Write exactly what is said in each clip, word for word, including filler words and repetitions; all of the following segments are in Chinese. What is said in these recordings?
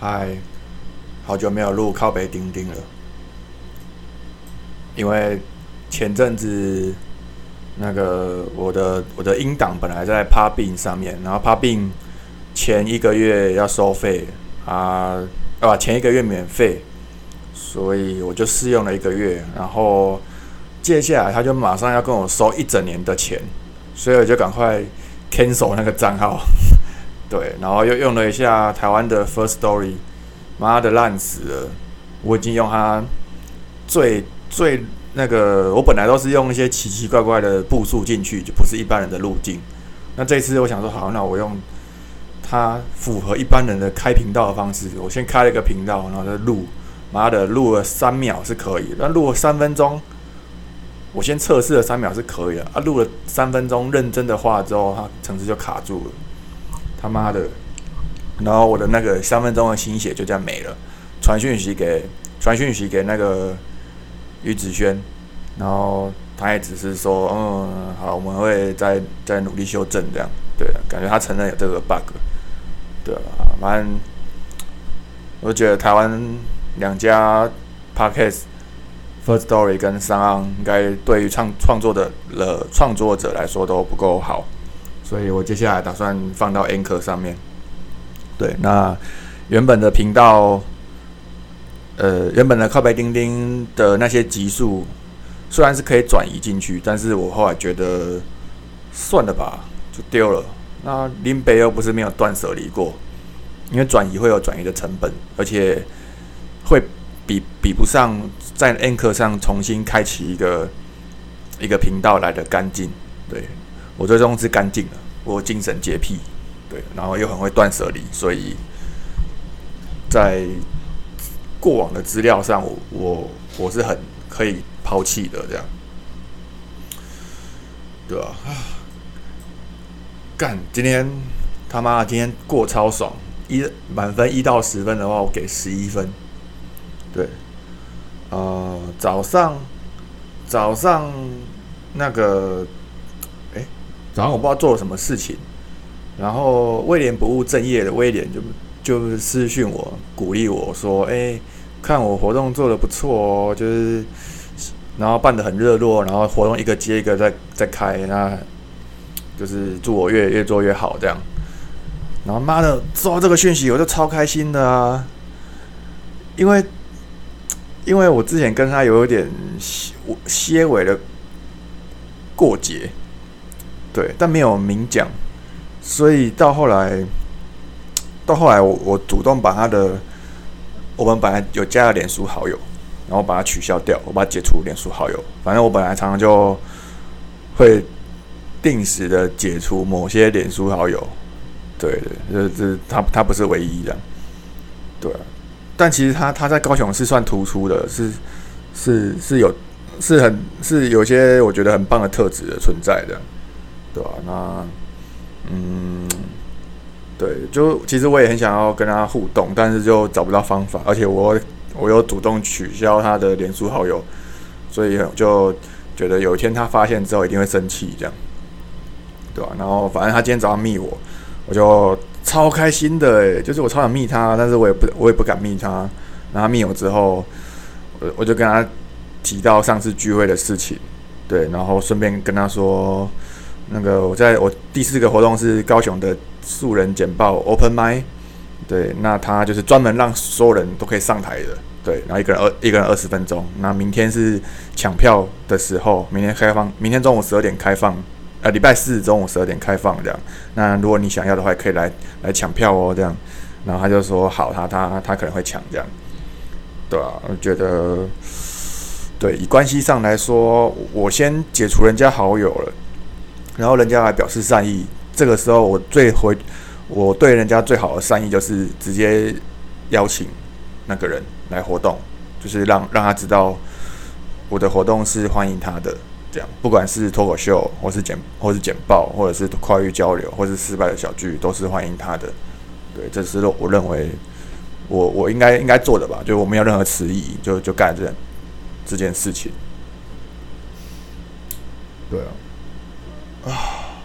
嗨，好久没有录靠北钉钉了，因为前阵子那个我的我的音档本来在 Podbean 上面，然后 Podbean 前一个月要收费啊，啊前一个月免费，所以我就试用了一个月，然后接下来他就马上要跟我收一整年的钱，所以我就赶快 cancel 那个账号。对，然后又用了一下台湾的 First Story， 妈的烂死了！我已经用它最最那个，我本来都是用一些奇奇怪怪的步数进去，就不是一般人的路径。那这一次我想说，好，那我用它符合一般人的开频道的方式，我先开了一个频道，然后就录，妈的录了三秒是可以的，但录了三分钟，我先测试了三秒是可以的，啊，录了三分钟认真的话之后，它程式就卡住了。他妈的！然后我的那个三分钟的心血就这样没了。传讯息给传讯息给那个于子轩，然后他也只是说，嗯，好，我们会再再努力修正这样。对，感觉他承认有这个 bug。对啊，反正我觉得台湾两家 podcast First Story 跟SoundOn应该对于创创作的了创作者来说都不够好。所以我接下来打算放到 Anchor 上面。对，那原本的频道，呃，原本的靠北钉钉的那些集数，虽然是可以转移进去，但是我后来觉得算了吧，就丢了。那林北又不是没有断舍离过，因为转移会有转移的成本，而且会比比不上在 Anchor 上重新开启一个一个频道来的干净。对。我最终是干净了，我精神洁癖，对，然后又很会断舍离，所以在过往的资料上我，我我是很可以抛弃的，这样，对吧、啊？干，今天他妈今天过超爽，一满分一到十分的话，我给十一分，对，呃，早上早上那个。早上我不知道做了什么事情，然后威廉不务正业的威廉就就私讯我，鼓励我说：“哎、欸，看我活动做得不错哦，就是，然后办得很热络，然后活动一个接一个在在开，那就是祝我越越做越好这样。”然后妈的，收到这个讯息我就超开心的啊，因为因为我之前跟他有一点些微的过节。对，但没有明讲，所以到后来，到后来我我主动把他的，我们本来有加了脸书好友，然后把它取消掉，我把它解除脸书好友。反正我本来常常就会定时的解除某些脸书好友，对对，这这他他不是唯一的，对、啊。但其实他他在高雄是算突出的，是是是有是很是有些我觉得很棒的特质的存在的。对吧、啊？那，嗯，对，就其实我也很想要跟他互动，但是就找不到方法，而且我我又主动取消他的脸书好友，所以就觉得有一天他发现之后一定会生气，这样，对吧、啊？然后反正他今天早上密我，我就超开心的诶，就是我超想密他，但是我也不我也不敢密他，然后他密我之后，我我就跟他提到上次聚会的事情，对，然后顺便跟他说。那个我在我第四个活动是高雄的素人简报 Open Mic， 对，那他就是专门让所有人都可以上台的，对，然后一个人二一个人二十分钟。那明天是抢票的时候，明天开放，明天中午十二点开放，呃，礼拜四中午十二点开放这样。那如果你想要的话，可以来来抢票哦，这样。然后他就说好，他他他可能会抢这样，对啊，我觉得，对，以关系上来说，我先解除人家好友了。然后人家来表示善意，这个时候我最回，我对人家最好的善意就是直接邀请那个人来活动，就是让让他知道我的活动是欢迎他的，这样不管是脱口秀，或是简或是简报，或者是跨域交流，或是失败的小剧，都是欢迎他的。对，这是我认为我我应该应该做的吧，就我没有任何迟疑，就就干这这件事情。对啊。啊，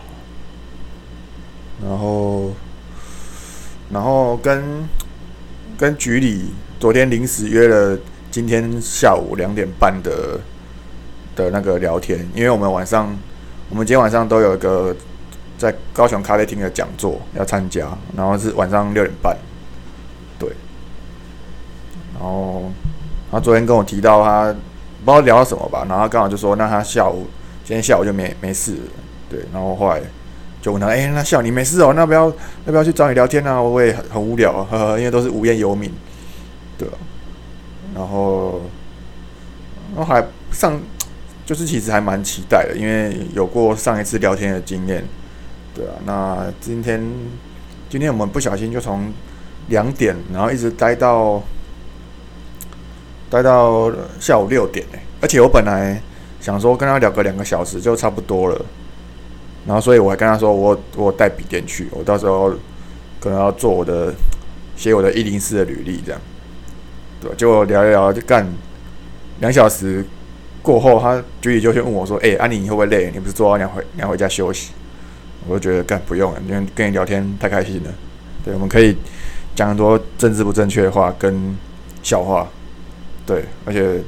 然后，然后跟跟局里昨天临时约了今天下午两点半的的那个聊天，因为我们晚上我们今天晚上都有一个在高雄咖啡厅的讲座要参加，然后是晚上六点半，对，然后他昨天跟我提到他不知道聊到什么吧，然后刚好就说那他下午今天下午就没没事了，对，然后后来就问他，哎、欸，那下午你没事哦，那不要要不要去找你聊天啊？我也很很无聊啊，呵呵，因为都是无业游民，对吧、啊？然后然后还上就是其实还蛮期待的，因为有过上一次聊天的经验，对啊。那今天今天我们不小心就从两点，然后一直待到待到下午六点哎、欸，而且我本来想说跟他聊个两个小时就差不多了，然后所以我还跟他说我我带笔电去，我到时候可能要做我的写我的一零四的履历这样，对，结果聊一聊就干两小时过后，他局里就先问我说：“哎、欸，安、啊、妮你会不会累？你不是做到你要回你要回家休息？”我就觉得干不用了，因为跟你聊天太开心了。对，我们可以讲很多政治不正确的话跟笑话，对，而且，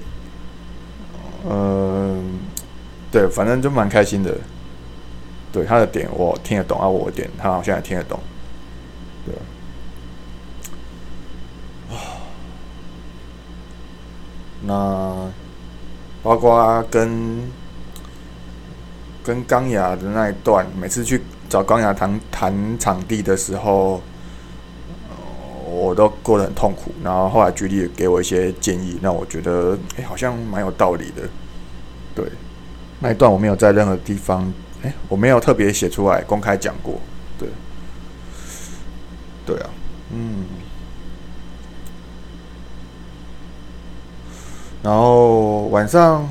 呃，对，反正就蛮开心的。对，他的点我听得懂，啊，我的点他好像也听得懂，对。那包括跟跟钢牙的那一段，每次去找钢牙谈谈场地的时候，我都过得很痛苦。然后后来局里也给我一些建议，让我觉得哎、欸，好像蛮有道理的。对，那一段我没有在任何地方，哎、欸，我没有特别写出来公开讲过。对，对啊，嗯。然后晚上，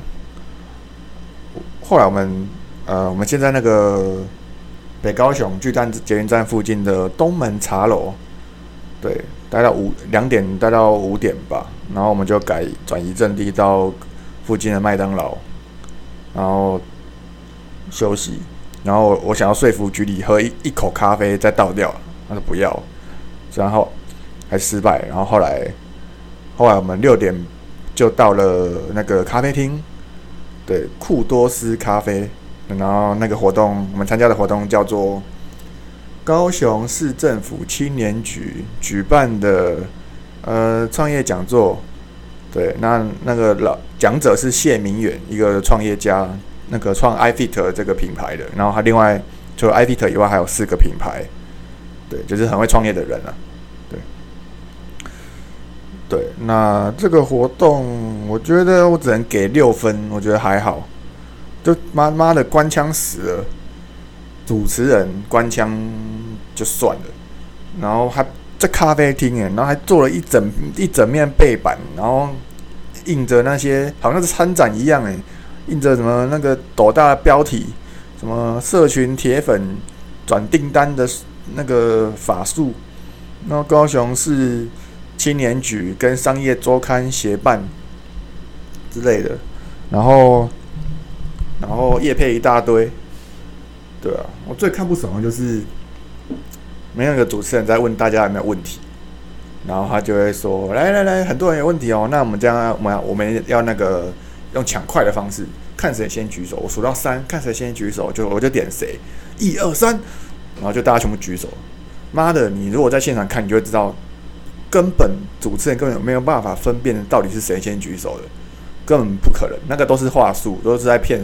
后来我们呃，我们现在那个北高雄巨蛋捷运站附近的东门茶楼，对，待到五两点，待到五点吧。然后我们就改转移阵地到附近的麦当劳，然后休息。然后我想要说服局里喝一一口咖啡再倒掉，他说不要，然后还失败。然后后来后来我们六点。就到了那个咖啡厅，对，库多斯咖啡。然后那个活动，我们参加的活动叫做高雄市政府青年局举办的呃创业讲座。对，那那个老讲者是谢明远，一个创业家，那个创 iFit 这个品牌的。然后他另外除了 iFit 以外，还有四个品牌，对，就是很会创业的人啊。对，那这个活动，我觉得我只能给六分，我觉得还好。就妈妈的官腔死了，主持人官腔就算了，然后还在咖啡厅哎，然后还做了一整一整面背板，然后印着那些好像是参展一样哎，印着什么那个斗大的标题，什么社群铁粉转订单的那个法术，然后高雄市青年局跟商业周刊协办之类的，然后然后业配一大堆，对啊，我最看不爽的就是没有一个主持人在问大家有没有问题，然后他就会说来来来，很多人有问题哦，那我们这样我们要我们要那个用抢快的方式，看谁先举手，我数到三，看谁先举手，就我就点谁，一二三，然后就大家全部举手。妈的，你如果在现场看，你就会知道。根本主持人根本没有办法分辨到底是谁先举手的，根本不可能，那个都是话术，都是在骗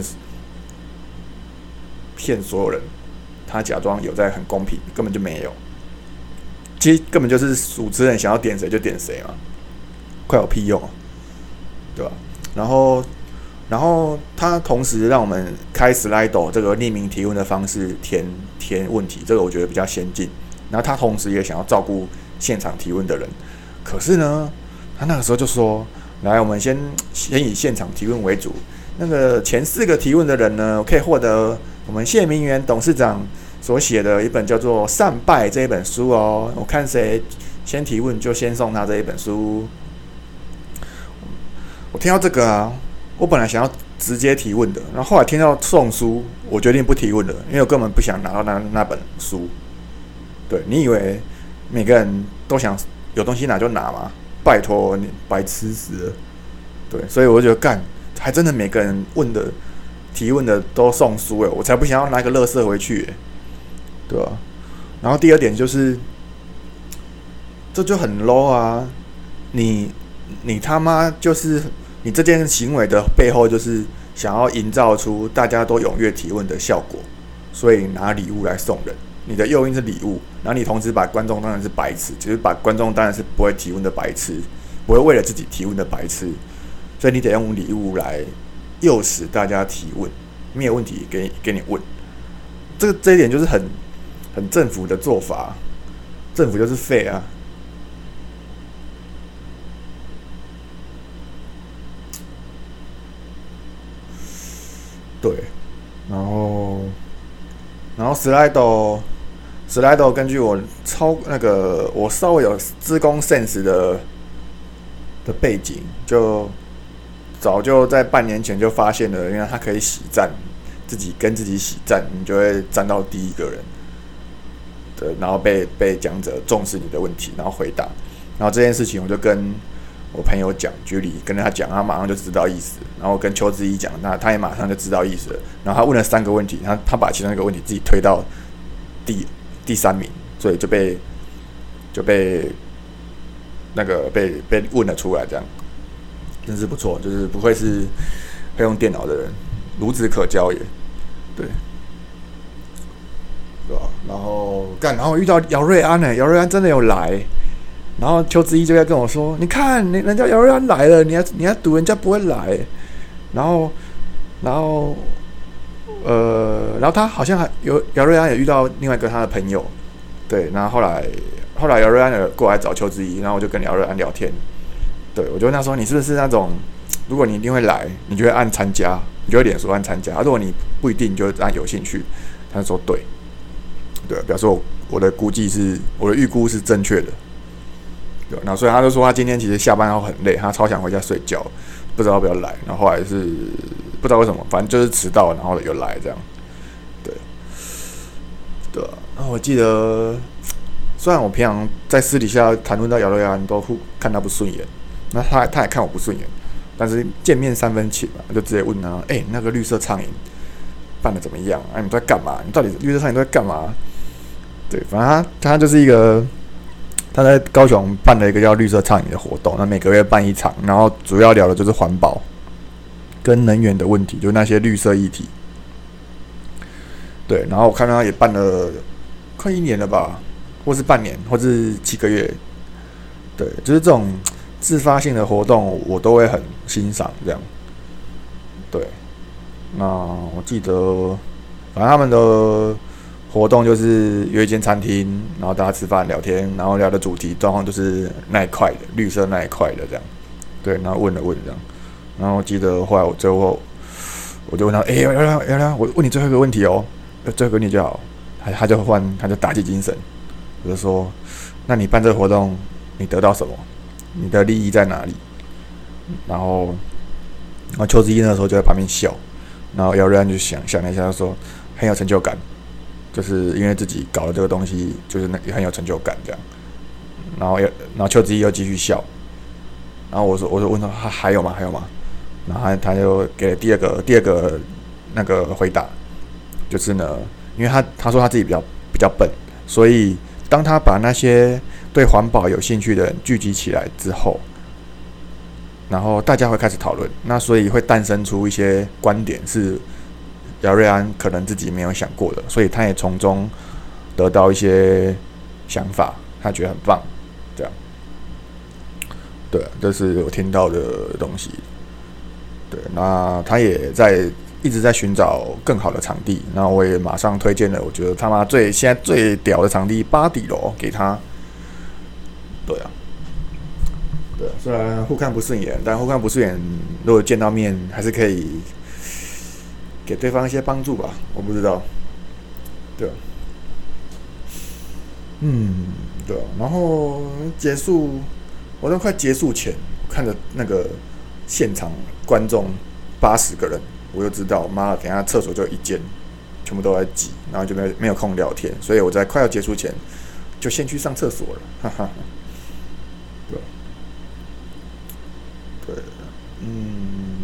骗所有人。他假装有在很公平，根本就没有。其实根本就是主持人想要点谁就点谁嘛，快有屁用啊，对吧？然后，然后他同时让我们开 Slido 这个匿名提问的方式填填问题，这个我觉得比较先进。然后他同时也想要照顾现场提问的人，可是呢，他那个时候就说：“来，我们先先以现场提问为主。那个前四个提问的人呢，可以获得我们谢明元董事长所写的一本叫做《善败》这一本书哦。我看谁先提问，就先送他这一本书。”我听到这个啊，我本来想要直接提问的，然后后来听到送书，我决定不提问了，因为我根本不想拿到那那本书。对，你以为每个人都想有东西拿就拿嘛，拜托你白痴死了。对，所以我就觉得干，还真的每个人问的提问的都送书哎，我才不想要拿个垃圾回去哎，对吧、啊？然后第二点就是，这就很 low 啊！你你他妈就是你这件行为的背后，就是想要营造出大家都踊跃提问的效果，所以拿礼物来送人。你的诱因是礼物，然后你同时把观众当然是白痴，只是把观众当然是不会提问的白痴，不会为了自己提问的白痴，所以你得用礼物来诱使大家提问，没有问题给给你问。这个这一点就是很很政府的做法，政府就是废啊。对，然后然后 Slido Slido 根据我超那个我稍微有资工 sense 的的背景，就早就在半年前就发现了，因为它可以洗赞，自己跟自己洗赞，你就会站到第一个人的，然后被被讲者重视你的问题，然后回答。然后这件事情我就跟我朋友讲，举例跟他讲，他马上就知道意思。然后跟邱志一讲，那他也马上就知道意思了。然后他问了三个问题，他他把其中一个问题自己推到第第三名，所以就被就被那个被被问了出来，这样真是不错，就是不愧是会用电脑的人，孺子可教也，对。对吧？然后干，然后遇到姚瑞安呢、欸，姚瑞安真的有来，然后邱志一就在跟我说：“你看，人家姚瑞安来了，你还你还赌人家不会来、欸。”然后，然后，呃，然后他好像还有姚瑞安也遇到另外一个他的朋友，对，然后后来后来姚瑞安有过来找邱志一，然后我就跟姚瑞安聊天，对我就问他说：“你是不是那种，如果你一定会来，你就会按参加，你就会脸书按参加；啊、如果你不一定，你就按有兴趣。”他就说：“对。”对，表示我我的估计是我的预估是正确的，对，然后所以他就说他今天其实下班后很累，他超想回家睡觉，不知道要不要来，然后后来是不知道为什么，反正就是迟到，然后有来这样，对，对，然后我记得，虽然我平常在私底下谈论到姚瑞安都看他不顺眼，那他他也看我不顺眼，但是见面三分情嘛，我就直接问他，哎、欸，那个绿色苍蝇办得怎么样？啊，你在干嘛？你到底绿色苍蝇都在干嘛？对，反正他他就是一个，他在高雄办了一个叫绿色畅饮的活动，那每个月办一场，然后主要聊的就是环保跟能源的问题，就是那些绿色议题。对，然后我看到他也办了快一年了吧，或是半年，或是七个月。对，就是这种自发性的活动，我都会很欣赏这样。对，那我记得，反正他们的活动就是约一间餐厅，然后大家吃饭聊天，然后聊的主题状况就是那一块的绿色那一块的这样，对，然后问了问这样，然后我记得后来我最后我就问他，哎、欸，姚亮姚亮，我问你最后一个问题哦，最后一个问题就好，他他就换他就打起精神，我就说，那你办这个活动你得到什么？你的利益在哪里？然后然后邱志一那时候就在旁边笑，然后姚瑞安就想想了一下，就说很有成就感。就是因为自己搞了这个东西，就是也很有成就感这样。然后，然后邱志一又继续笑。然后我说，我说问他还还有吗？还有吗？然后他他就给了第二个第二个那个回答，就是呢，因为他他说他自己比较比较笨，所以当他把那些对环保有兴趣的人聚集起来之后，然后大家会开始讨论，那所以会诞生出一些观点是姚瑞安可能自己没有想过的，所以他也从中得到一些想法，他觉得很棒，这样。对，这是我听到的东西。对，那他也在一直在寻找更好的场地，那我也马上推荐了，我觉得他妈最现在最屌的场地八底楼给他。对啊，对，虽然互看不顺眼，但互看不顺眼，如果见到面还是可以给对方一些帮助吧，我不知道，对，嗯，对，然后结束，活动快结束前，我看着那个现场观众八十个人，我就知道，妈的，等一下厕所就一间，全部都在挤，然后就没有没有空聊天，所以我在快要结束前就先去上厕所了，哈哈。 对，对，嗯，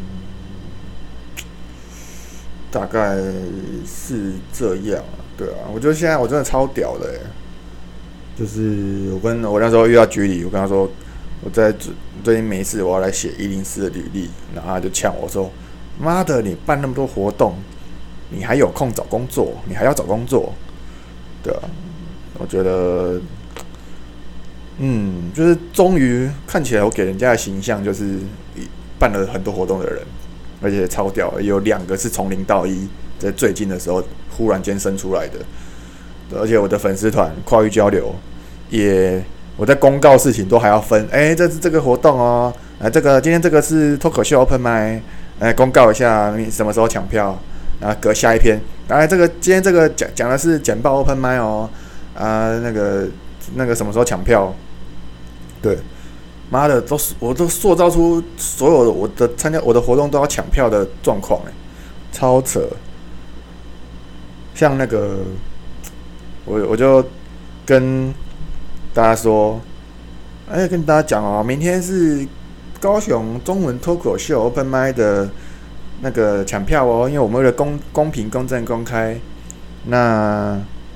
大概是这样啊，对啊，我觉得现在我真的超屌的，就是我跟我那时候遇到局里，我跟他说，我在最近没事，我要来写一零四的履历，然后他就呛我说：妈的，你办那么多活动，你还有空找工作？你还要找工作？对啊，我觉得，嗯，就是终于看起来我给人家的形象就是办了很多活动的人，而且超屌，有两个是从零到一，在最近的时候忽然间生出来的。而且我的粉丝团跨域交流，也我在公告事情都还要分，哎、欸，这是这个活动哦，呃，这个今天这个是脱口秀 open mic， 哎，公告一下你什么时候抢票，然后隔下一篇，哎，这个今天这个讲讲的是简报 open mic 哦，啊，那个那个什么时候抢票？对，妈的，都我都塑造出所有的我的参加我的活动都要抢票的状况，哎，超扯，像那个。我我就跟大家说，哎，跟大家讲哦，明天是高雄中文脱口秀 Open Mic 的那个抢票哦，因为我们为了公公平、公正、公开，那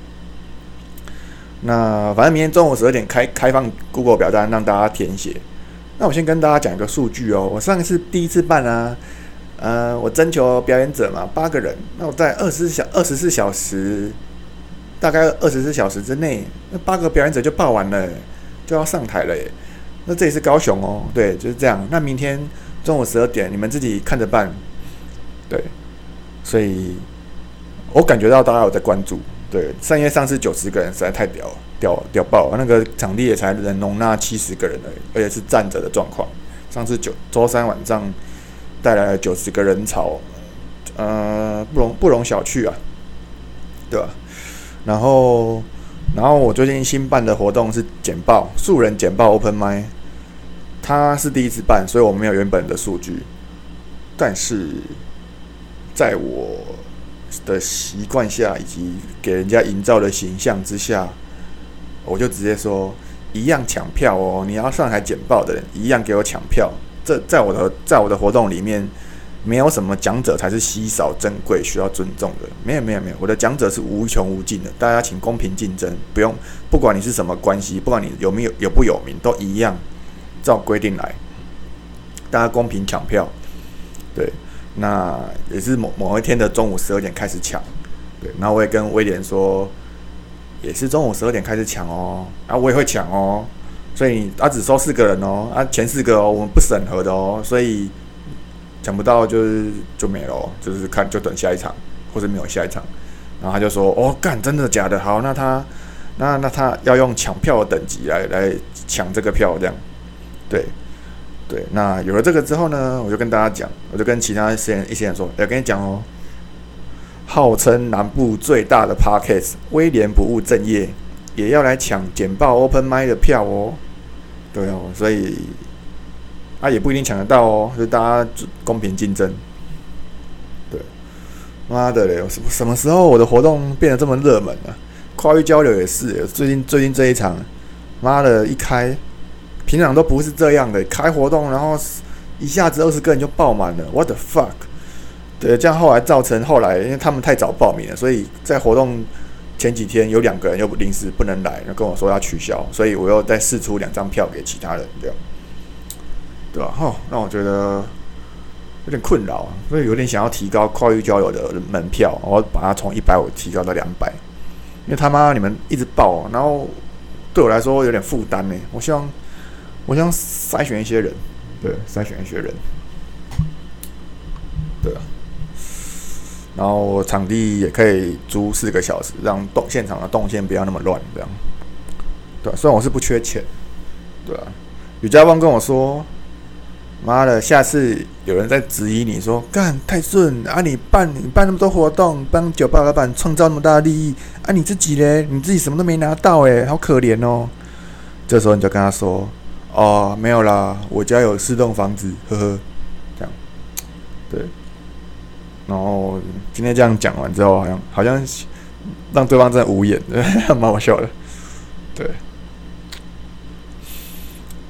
那反正明天中午十二点开开放 Google 表单让大家填写。那我先跟大家讲一个数据哦，我上一次第一次办啊，呃，我征求表演者嘛，八个人，那我在二十四小二十四小时。大概二十四小时之内，那八个表演者就报完了，就要上台了耶。那这里是高雄哦，对，就是这样。那明天中午十二点，你们自己看着办。对，所以我感觉到大家有在关注。对，上月上次九十个人实在太屌了，屌屌爆了，那个场地也才能容纳七十个人而已，而且是站着的状况。上次九周三晚上带来了九十个人潮，呃，不容不容小觑啊，对吧？然后，然后我最近新办的活动是简报素人简报 Open Mic， 它是第一次办，所以我没有原本的数据。但是，在我的习惯下，以及给人家营造的形象之下，我就直接说，一样抢票哦！你要上台简报的人，一样给我抢票。这在我的在我的活动里面。没有什么讲者才是稀少珍贵需要尊重的，没有没有没有，我的讲者是无穷无尽的，大家请公平竞争，不用不管你是什么关系，不管你有没有有不有名，都一样照规定来，大家公平抢票，对，那也是某某一天的中午十二点开始抢，对，然后我也跟威廉说，也是中午十二点开始抢哦，啊我也会抢哦，所以他、啊、只收四个人哦，啊前四个哦我们不审核的哦，所以。抢不到就是就没了，就是看就等下一场，或者没有下一场。然后他就说：“哦，干，真的假的？好，那他那那他要用抢票的等级来来抢这个票，这样，对对。那有了这个之后呢，我就跟大家讲，我就跟其他一些人一些人说，我跟你讲哦，号称南部最大的 Podcast 威廉不务正业，也要来抢简报 Open Mic 的票哦，对哦，所以。”啊，也不一定抢得到哦，就大家公平竞争。对，妈的嘞，什么什么时候我的活动变得这么热门啊？跨域交流也是，最近最近这一场，妈的，一开，平常都不是这样的，开活动然后一下子二十个人就爆满了 ，what the fuck？ 对，这样后来造成后来，因为他们太早报名了，所以在活动前几天有两个人又临时不能来，跟我说要取消，所以我又再释出两张票给其他人，这样。对吧？吼，让我觉得有点困扰，所以有点想要提高跨域交流的门票，我把它从一百五提高到两百，因为他妈你们一直报，然后对我来说有点负担呢。我希望，我希望筛选一些人，对，筛选一些人，对啊。然后场地也可以租四个小时，让动现场的动线不要那么乱，这样。对、啊，虽然我是不缺钱，对啊。吕家邦跟我说。妈的！下次有人在质疑你说，干太顺啊！你办你办那么多活动，帮酒吧老板创造那么大的利益啊！你自己嘞，你自己什么都没拿到哎，好可怜哦。这时候你就跟他说，哦，没有啦，我家有四栋房子，呵呵，这样，对。然后今天这样讲完之后，好像好像让对方真的无言，蛮好笑的，对。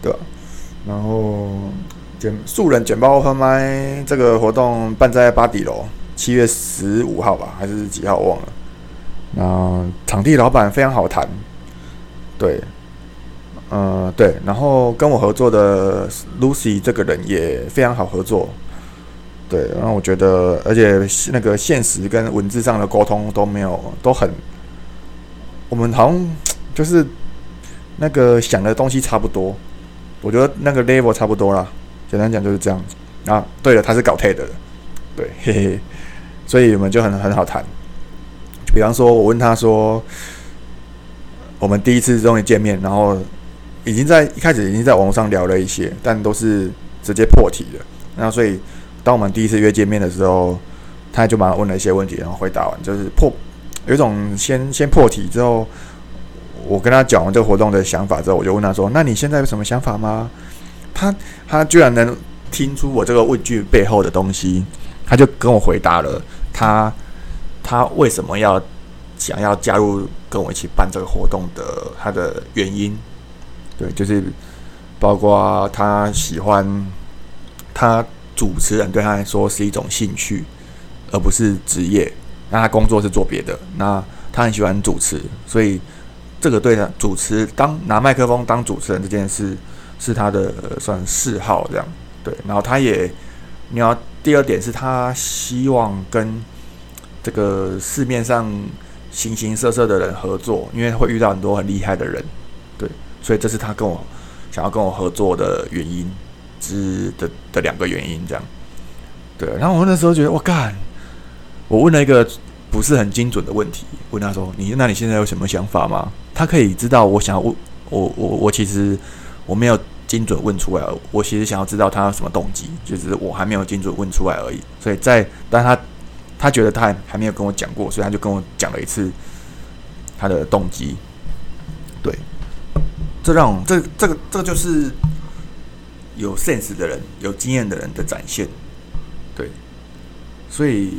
对吧、啊？然后简素人简报 Open Mic 这个活动办在巴底楼，七月十五号吧，还是几号我忘了。那场地老板非常好谈，对，呃，对，然后跟我合作的 Lucy 这个人也非常好合作，对，然后我觉得，而且那个现实跟文字上的沟通都没有，都很，我们好像就是那个想的东西差不多，我觉得那个 level 差不多啦，简单讲就是这样子。啊，对了，他是搞 T E D 的，对，嘿嘿，所以我们就很很好谈。比方说，我问他说，我们第一次终于见面，然后已经在一开始已经在网络上聊了一些，但都是直接破题的。那所以，当我们第一次约见面的时候，他就马上问了一些问题，然后回答完，就是破有一种先先破题之后，我跟他讲完这个活动的想法之后，我就问他说：“那你现在有什么想法吗？”他他居然能听出我这个问句背后的东西，他就跟我回答了他。他为什么要想要加入跟我一起办这个活动的他的原因，对，就是包括他喜欢他主持人对他来说是一种兴趣，而不是职业。那他工作是做别的，那他很喜欢主持，所以这个对他主持当拿麦克风当主持人这件事是他的算嗜好这样，对。然后他也，你要第二点是他希望跟这个市面上形形色色的人合作，因为会遇到很多很厉害的人，对，所以这是他跟我想要跟我合作的原因之的的两个原因，这样，对。然后我那时候觉得，我干，我问了一个不是很精准的问题，问他说：“你那你现在有什么想法吗？”他可以知道我想要问，我我我其实我没有精准问出来，我其实想要知道他有什么动机，就是我还没有精准问出来而已。所以在但他。他觉得他还还没有跟我讲过，所以他就跟我讲了一次他的动机。对，这让这这个这个就是有 sense 的人、有经验的人的展现。对，所以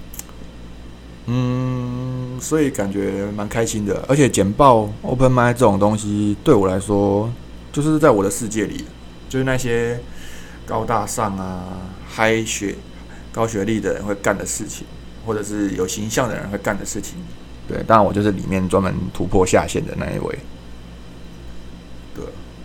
嗯，所以感觉蛮开心的。而且简报 Open Mic 这种东西对我来说，就是在我的世界里，就是那些高大上啊、嗨学。高学历的人会干的事情，或者是有形象的人会干的事情，对，当然我就是里面专门突破下限的那一位，对，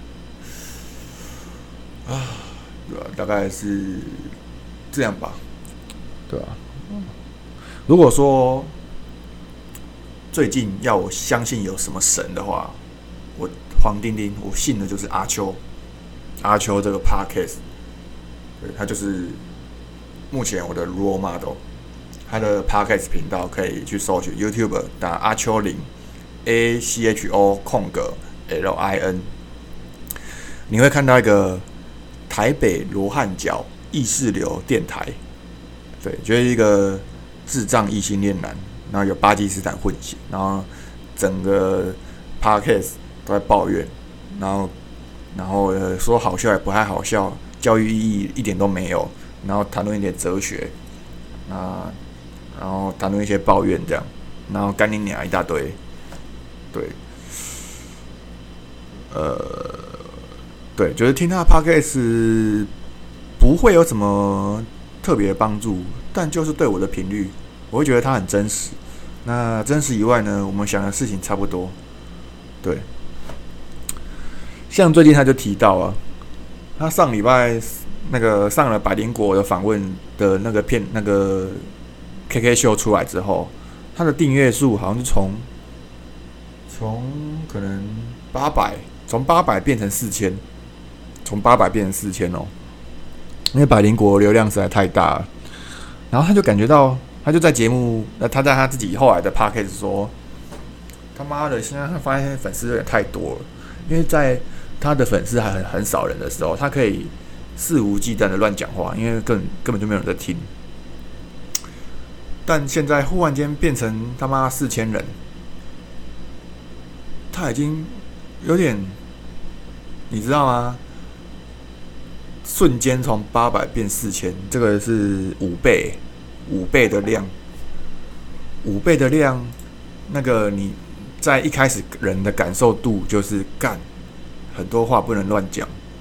啊，对啊，大概是这样吧，对啊。如果说最近要我相信有什么神的话，我黄丁丁，我信的就是阿秋，阿秋这个 podcast， 对，他就是。目前我的 role model， 他的 podcast 频道可以去搜寻 YouTube 打阿秋林 A C H O 空格 L I N， 你会看到一个台北罗汉角意识流电台，对，就是一个智障异性恋男，然后有巴基斯坦混血，然后整个 podcast 都在抱怨，然后然后、呃、说好笑也不太好笑，教育意义一点都没有。然后谈论一点哲学，啊，然后谈论一些抱怨这样，然后干你娘一大堆，对，呃，对，就是听他的 podcast 不会有什么特别的帮助，但就是对我的频率，我会觉得他很真实。那真实以外呢，我们想的事情差不多，对。像最近他就提到啊，他上礼拜。那个上了百灵果的访问的那个片，那个 K K 秀出来之后，他的订阅数好像是从从可能八百，从八百变成四千，从八百变成四千哦，因为百灵果流量实在太大了。然后他就感觉到，他就在节目，那他在他自己后来的 podcast 说，他妈的，现在他发现粉丝有点太多了，因为在他的粉丝还很很少人的时候，他可以。肆无忌惮的乱讲话，因为根本根本就没有人在听。但现在忽然间变成他妈四千人，他已经有点，你知道吗？瞬间从八百变四千，这个是五倍，五倍的量，五倍的量。那个你在一开始人的感受度就是干，很多话不能乱讲。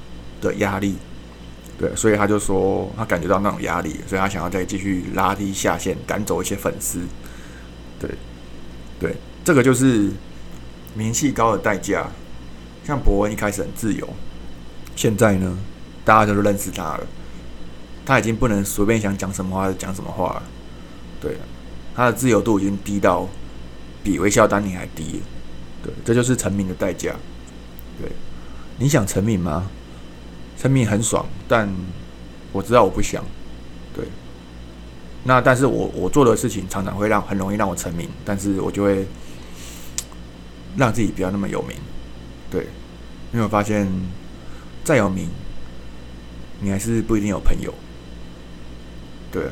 的压力，对，所以他就说他感觉到那种压力，所以他想要再继续拉低下线，赶走一些粉丝，对，对，这个就是名气高的代价。像博文一开始很自由，现在呢，大家都认识他了，他已经不能随便想讲什么话就讲什么话了，对，他的自由度已经低到比微笑丹尼还低了，对，这就是成名的代价。对，你想成名吗？成名很爽，但我知道我不想。对，那但是我我做的事情常常会让很容易让我成名，但是我就会让自己不要那么有名。对，因为我发现再有名，你还是不一定有朋友。对，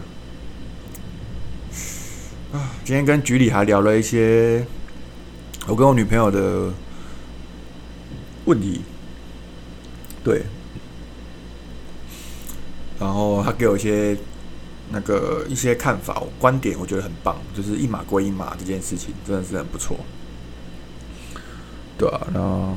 啊，今天跟局里还聊了一些我跟我女朋友的问题。对，然后他给我一些那个一些看法、观点，我觉得很棒，就是一码归一码这件事情真的是很不错，对啊，然后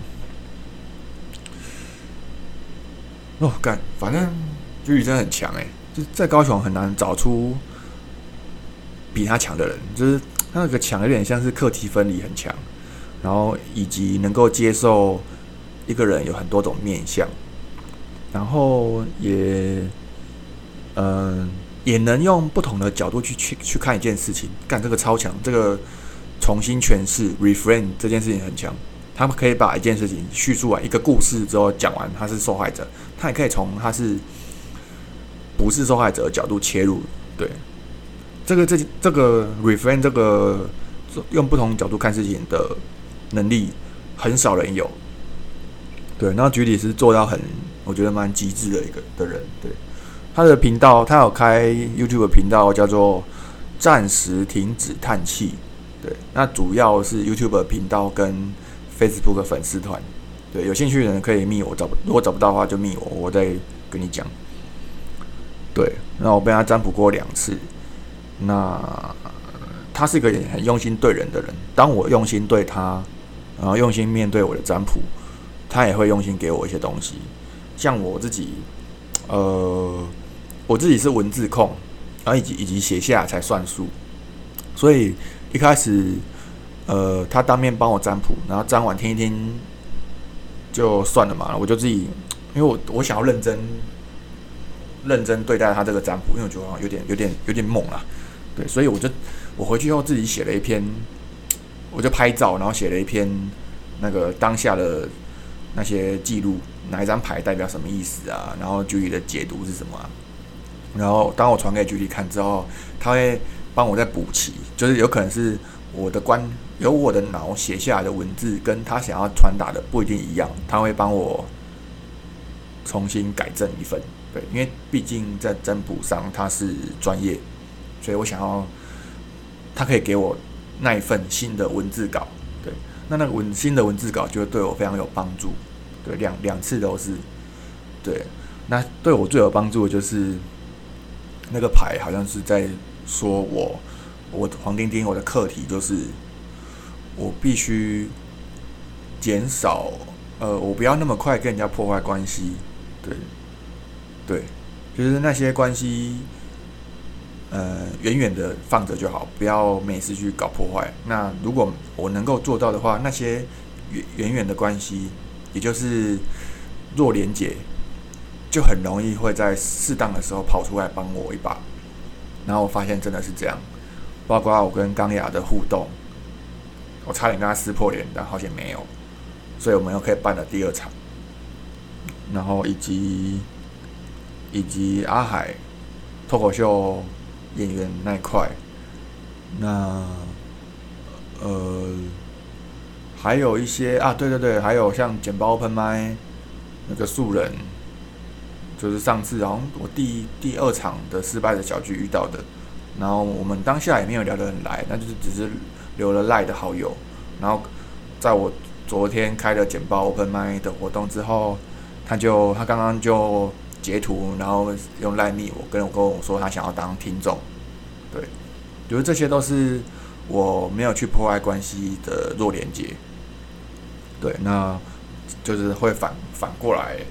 哦干，反正居里真的很强哎，就是在高雄很难找出比他强的人，就是他那个强有点像是课题分离很强，然后以及能够接受一个人有很多种面向。然后也，嗯、呃，也能用不同的角度去去去看一件事情，干这个超强，这个重新诠释 reframe 这件事情很强。他们可以把一件事情叙述完一个故事之后讲完，他是受害者，他也可以从他是不是受害者的角度切入。对，这个这这个 reframe 这个用不同角度看事情的能力，很少人有。对，然后局里是做到很。我觉得蛮极致的一个的人，对他的频道，他有开 YouTube 频道叫做“暂时停止叹气”，对，那主要是 YouTube 频道跟 Facebook 粉丝团，对，有兴趣的人可以密我，找如果找不到的话就密我，我再跟你讲。对，那我被他占卜过两次，那他是一个很用心对人的人，当我用心对他，然后用心面对我的占卜，他也会用心给我一些东西。像我自己，呃，我自己是文字控，然后以及以及写下来才算数，所以一开始，呃，他当面帮我占卜，然后占完听一听就算了嘛，我就自己，因为我我想要认真认真对待他这个占卜，因为我觉得有点有点有点猛啦，对，所以我就我回去后自己写了一篇，我就拍照，然后写了一篇那个当下的那些记录。哪一张牌代表什么意思啊？然后局里的解读是什么啊？然后当我传给局里看之后，他会帮我再补齐，就是有可能是我的观由我的脑写下来的文字跟他想要传达的不一定一样，他会帮我重新改正一份。对，因为毕竟在占卜上他是专业，所以我想要他可以给我那一份新的文字稿。对，那那个文新的文字稿就会对我非常有帮助。对，两两次都是，对，那对我最有帮助的就是那个牌，好像是在说我，我黄丁丁，我的课题就是我必须减少，呃，我不要那么快跟人家破坏关系，对，对，就是那些关系，呃，远远的放着就好，不要每次去搞破坏。那如果我能够做到的话，那些远远的关系。也就是弱连结，就很容易会在适当的时候跑出来帮我一把。然后我发现真的是这样，包括我跟钢雅的互动，我差点跟他撕破脸，但好险没有，所以我们又可以办了第二场。然后以及以及阿海脱口秀演员那一块，那呃。还有一些啊，对对对，还有像简报 open mic 那个素人，就是上次好像我第第二场的失败的小剧遇到的，然后我们当下也没有聊得很来，那就是只是留了 赖的好友，然后在我昨天开了简报 open mic 的活动之后，他就他刚刚就截图，然后用赖密我跟我跟我说他想要当听众，对，就是这些都是我没有去破坏关系的弱连结。对，那就是会反反过来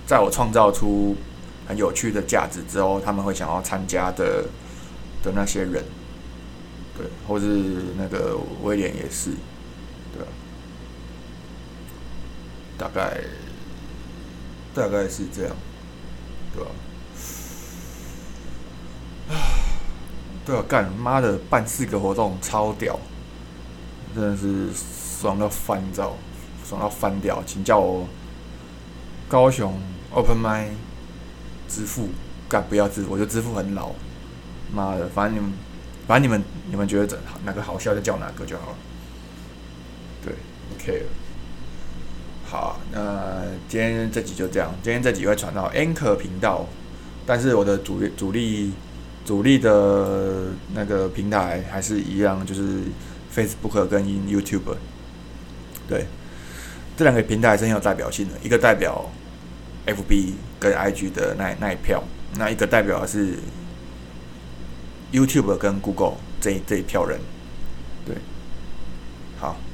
在我创造出很有趣的价值之后，他们会想要参加的的那些人，对，或是那个威廉也是，对吧？大概大概是这样，对吧？对啊，干妈的办四个活动超屌，真的是爽到翻，你知道？爽到翻掉，请叫我高雄 Open m i 支付，干不要支付，我就支付很老，妈的，反正你们，反正你们你们觉得哪个好笑就叫哪个就好了，对 ，OK 了。好，那今天这集就这样，今天这集会传到 Anchor 频道，但是我的主主力主力的那个平台还是一样，就是 Facebook 跟 YouTube， 对，这两个平台还是很有代表性的，一个代表 F B 跟 I G 的那那一票，那一个代表的是 YouTube 跟 Google 这这一票人，对，好。